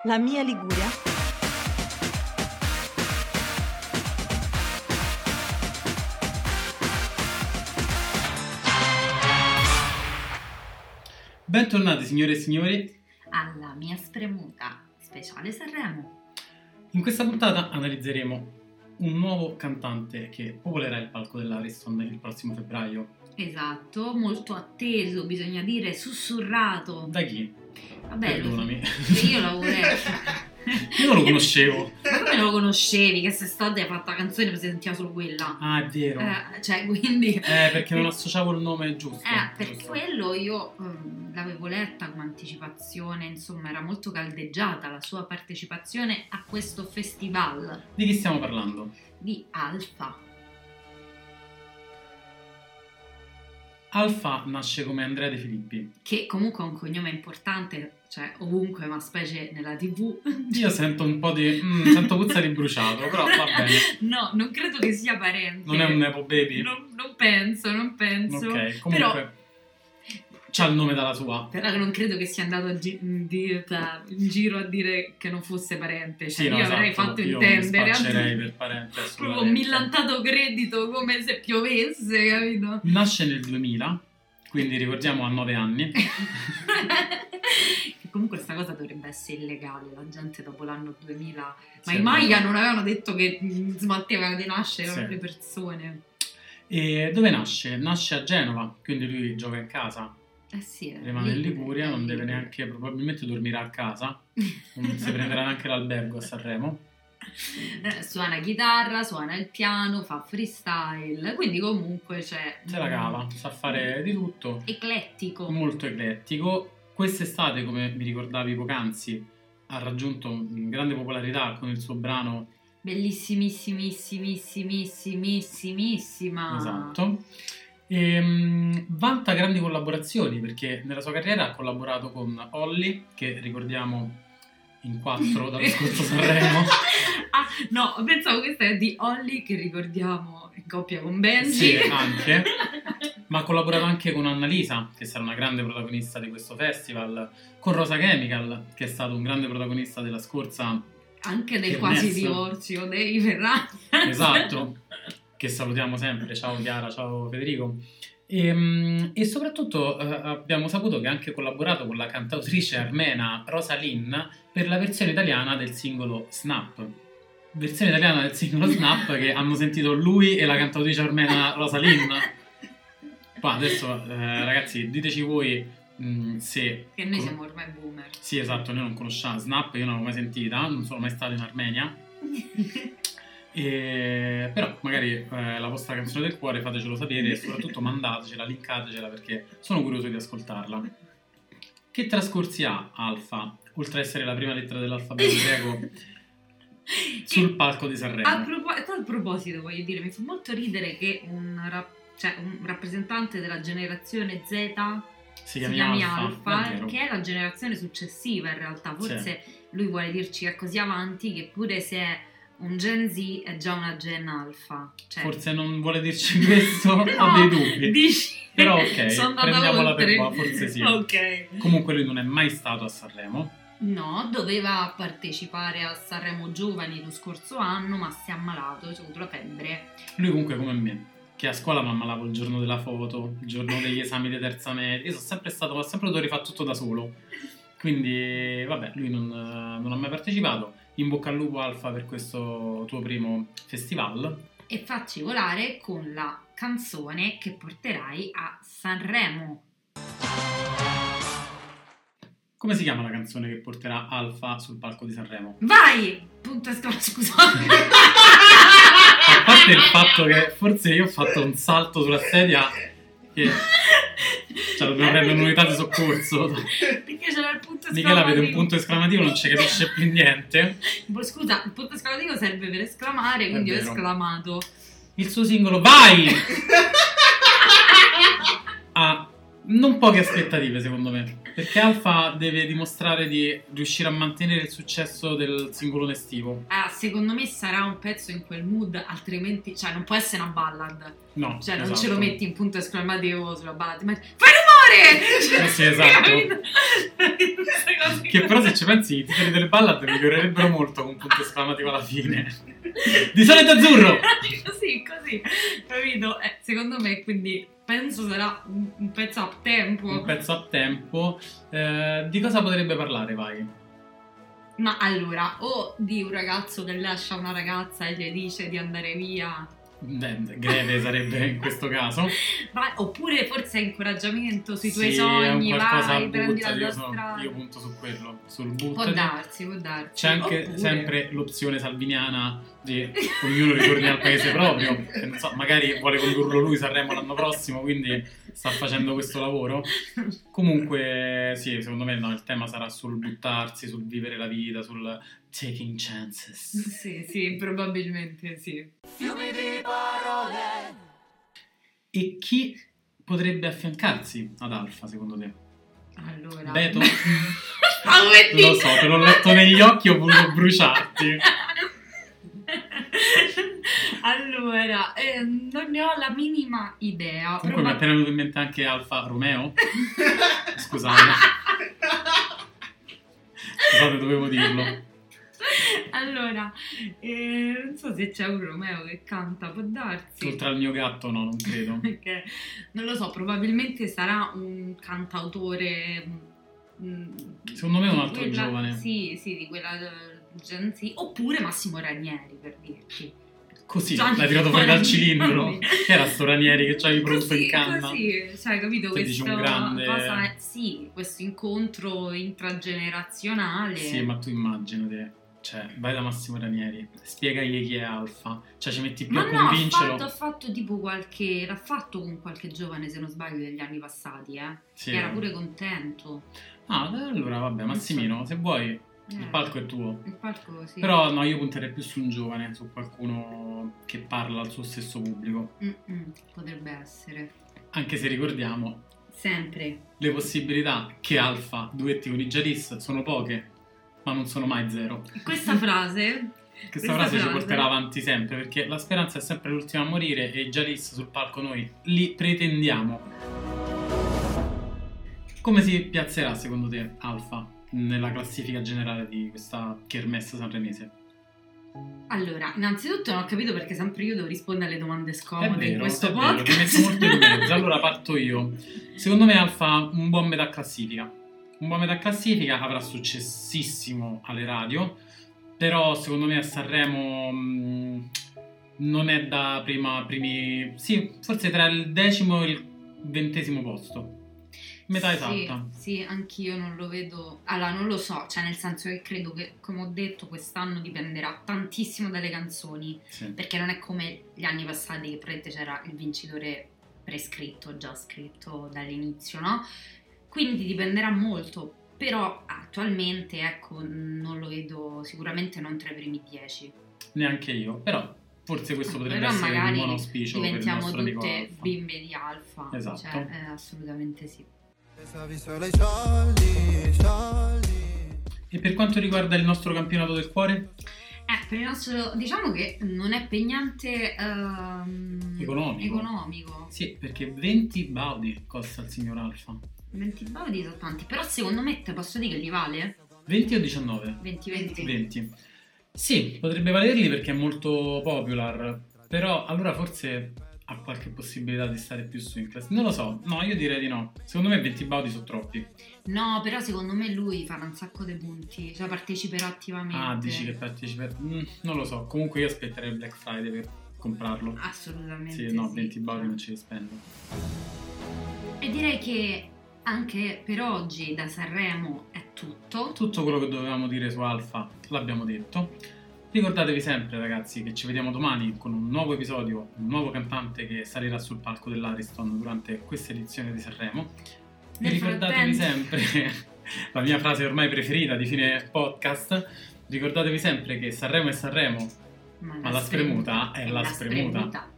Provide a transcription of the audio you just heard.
La mia Liguria. Bentornati signore e signori alla mia spremuta speciale Sanremo. In questa puntata analizzeremo un nuovo cantante che popolerà il palco dell'Ariston il prossimo febbraio. Esatto, molto atteso, bisogna dire sussurrato. Da chi? Vabbè, perdonami. Io l'augurei. Io non lo conoscevo. Ma come lo conoscevi? Che quest'estate hai fatto la canzone ma si sentiva solo quella? Ah, è vero. Quindi... perché non associavo il nome giusto. Per giusto. quello io l'avevo letta come anticipazione, insomma era molto caldeggiata la sua partecipazione a questo festival. Di chi stiamo parlando? Di Alpha. Alpha nasce come Andrea De Filippi. Che comunque è un cognome importante, cioè ovunque, ma specie nella TV. Io sento un po' di... sento puzza di bruciato, però va bene. No, non credo che sia parente. Non è un nepo baby? Non penso. Ok, comunque... Però, c'ha il nome dalla sua. Però non credo che sia andato in giro a dire che non fosse parente. Cioè, Sì, no, io avrei esatto. fatto Io intendere. Io spaccerei per parente, proprio assolutamente. millantato credito come se piovesse, capito? Nasce nel 2000, quindi ricordiamo a 9 anni. Che comunque questa cosa dovrebbe essere illegale. La gente dopo l'anno 2000... Ma Sì, i Maya non avevano detto che smettevano di nascere Sì. le persone. E dove nasce? Nasce a Genova, quindi lui gioca in casa. Sì, Rimane in Liguria, non deve neanche, probabilmente dormirà a casa, non si prenderà neanche l'albergo a Sanremo. Suona chitarra, suona il piano, fa freestyle, quindi comunque c'è... Se la cava, sa fare di tutto. Eclettico. Molto eclettico. Quest'estate, come mi ricordavi poc'anzi, ha raggiunto grande popolarità con il suo brano Bellissimissimissima. Esatto. E vanta grandi collaborazioni perché nella sua carriera ha collaborato con Olly, che ricordiamo in 4 dallo scorso Sanremo. Ah, no, pensavo questa è di Olly, che ricordiamo in coppia con Benji. Sì, anche. Ma ha collaborato anche con Annalisa, che sarà una grande protagonista di questo festival, con Rosa Chemical, che è stato un grande protagonista della scorsa anche del Kermesse. quasi divorzio dei Ferrari. Esatto, che salutiamo sempre. Ciao Chiara, ciao Federico. E soprattutto abbiamo saputo che ha anche collaborato con la cantautrice armena Rosalyn per la versione italiana del singolo Snap. Versione italiana del singolo Snap che hanno sentito lui e la cantautrice armena Rosalyn. Qua adesso ragazzi, diteci voi se... Che noi siamo ormai boomer. Sì, esatto, noi non conosciamo Snap, io non l'avevo mai sentita, non sono mai stato in Armenia. Però magari la vostra canzone del cuore fatecelo sapere e soprattutto mandatecela, linkatecela perché sono curioso di ascoltarla. Che trascorsi ha Alpha, oltre ad essere la prima lettera dell'alfabeto greco sul palco di Sanremo? A proposito voglio dire, mi fa molto ridere che un rappresentante della generazione Z si chiami Alpha, Alpha, che è la generazione successiva in realtà. Forse lui vuole dirci che è così avanti che pure se è un Gen Z è già una Gen Alpha. Cioè... Forse non vuole dirci questo, no, ho dei dubbi. Dici... Però ok, sono andata prendiamola oltre. per qua, forse sì. Ok. Comunque lui non è mai stato a Sanremo. No, doveva partecipare a Sanremo Giovani lo scorso anno, ma si è ammalato, ha avuto la febbre. Lui comunque come me, che a scuola mi ammalavo il giorno della foto, il giorno degli esami di terza media. Io ho sempre dovuto rifare tutto da solo. Quindi, vabbè, lui non ha mai partecipato. In bocca al lupo Alpha per questo tuo primo festival. E facci volare con la canzone che porterai a Sanremo. Come si chiama la canzone che porterà Alpha sul palco di Sanremo? Vai! Scusate. A parte il fatto che forse io ho fatto un salto sulla sedia che... Cioè dobbiamo prendere un'unità di soccorso. Perché c'era il punto esclamativo. Michela vede un punto esclamativo, non ci capisce più niente. Scusa, il punto esclamativo serve per esclamare, quindi ho esclamato. Il suo singolo Vai! Ha non poche aspettative secondo me, perché Alpha deve dimostrare di riuscire a mantenere il successo del singolone estivo. Secondo me sarà un pezzo in quel mood, altrimenti, cioè non può essere una ballad. No, cioè non esatto. ce lo metti in punto esclamativo sulla ballad, ma fai rumore! migliore! Sì, esatto. Che però se ci pensi i titoli delle ballad migliorerebbero molto con un punto esclamativo alla fine. Di solito azzurro! così, capito? Secondo me, quindi penso sarà un pezzo a tempo. Un pezzo a tempo. Di cosa potrebbe parlare, vai? Ma allora, o di un ragazzo che lascia una ragazza e gli dice di andare via. Greve sarebbe in questo caso. Oppure forse incoraggiamento sui tuoi Sì, sogni, è un qualcosa vai, prendila alla io strada. Io punto su quello, sul buttati. Può darsi. C'è anche Oppure... sempre l'opzione salviniana di ognuno ritorni al paese proprio, che non so, magari vuole condurlo lui Sanremo l'anno prossimo, quindi sta facendo questo lavoro. Comunque sì, secondo me no, il tema sarà sul buttarsi, sul vivere la vita, sul taking chances. Sì, probabilmente sì. Fiumi di parole. E chi potrebbe affiancarsi ad Alfa, secondo te? Allora... Beto? Lo so, te l'ho letto negli occhi, ho voluto bruciarti. Allora, non ne ho la minima idea. Comunque mi è appena venuto in mente anche Alfa Romeo. Scusate, dovevo dirlo. Allora, non so se c'è un Romeo che canta, può darsi. Oltre al mio gatto no, non credo. Perché, non lo so, probabilmente sarà un cantautore... Secondo me è un altro giovane. Sì, di quella Gen Z. Oppure Massimo Ranieri, per dirti. Così, l'hai tirato fuori dal cilindro. Che era sto Ranieri che c'avevi pronto così, in canna? Così, cioè, capito? Dici un grande... questo incontro intragenerazionale. Sì, ma tu immaginate, cioè, vai da Massimo Ranieri, spiegagli chi è Alfa, cioè ci metti più a convincerlo. Ha fatto tipo l'ha fatto con qualche giovane, se non sbaglio, degli anni passati, Sì. Che era pure contento. Ah, allora vabbè, Massimino, se vuoi... Il palco è tuo. Il palco, sì. Però no, io punterei più su un giovane, su qualcuno che parla al suo stesso pubblico. Potrebbe essere. Anche se ricordiamo sempre le possibilità che Alfa duetti con i Jalis sono poche, ma non sono mai zero. Questa frase ci porterà avanti sempre, perché la speranza è sempre l'ultima a morire e i Jalis sul palco noi li pretendiamo. Come si piazzerà secondo te Alfa nella classifica generale di questa kermesse sanremese? Allora, innanzitutto non ho capito perché sempre io devo rispondere alle domande scomode in questo podcast. Ti metto molto in mezzo. Allora parto io. Secondo me Alfa un buon metà classifica. Un buon metà classifica, avrà successissimo alle radio, però secondo me a Sanremo non è da primi... Sì, forse tra il 10° e il 20° posto. Metà esatta. Sì, anch'io non lo vedo. Allora, non lo so, cioè nel senso che credo che, come ho detto, quest'anno dipenderà tantissimo dalle canzoni, sì. Perché non è come gli anni passati che praticamente c'era il vincitore prescritto, già scritto dall'inizio, no? Quindi dipenderà molto, però attualmente, ecco, non lo vedo sicuramente non tra i primi 10. Neanche io, però forse questo potrebbe essere un buon auspicio per il nostro amico Alfa. Diventiamo tutte bimbe di Alfa. Esatto. Cioè, assolutamente sì. E per quanto riguarda il nostro campionato del cuore? Per il nostro, diciamo che non è per niente economico. Sì, perché 20 baudi costa il signor Alfa. 20 baudi sono tanti, però secondo me te posso dire che li vale? 20 o 19? 20. Sì, potrebbe valerli perché è molto popular, però allora forse ha qualche possibilità di stare più su in classe. Non lo so, no, io direi di no. Secondo me 20 baudi sono troppi. No, però secondo me lui farà un sacco di punti, cioè parteciperà attivamente. Ah, dici che parteciperà? Non lo so, comunque io aspetterei il Black Friday per comprarlo. Assolutamente sì. No, 20 baudi non ce li spendo. E direi che anche per oggi da Sanremo è tutto. Tutto quello che dovevamo dire su Alfa l'abbiamo detto. Ricordatevi sempre, ragazzi, che ci vediamo domani con un nuovo episodio, un nuovo cantante che salirà sul palco dell'Ariston durante questa edizione di Sanremo. E ricordatevi sempre, la mia frase ormai preferita di fine podcast, ricordatevi sempre che Sanremo è Sanremo, ma la spremuta è la spremuta.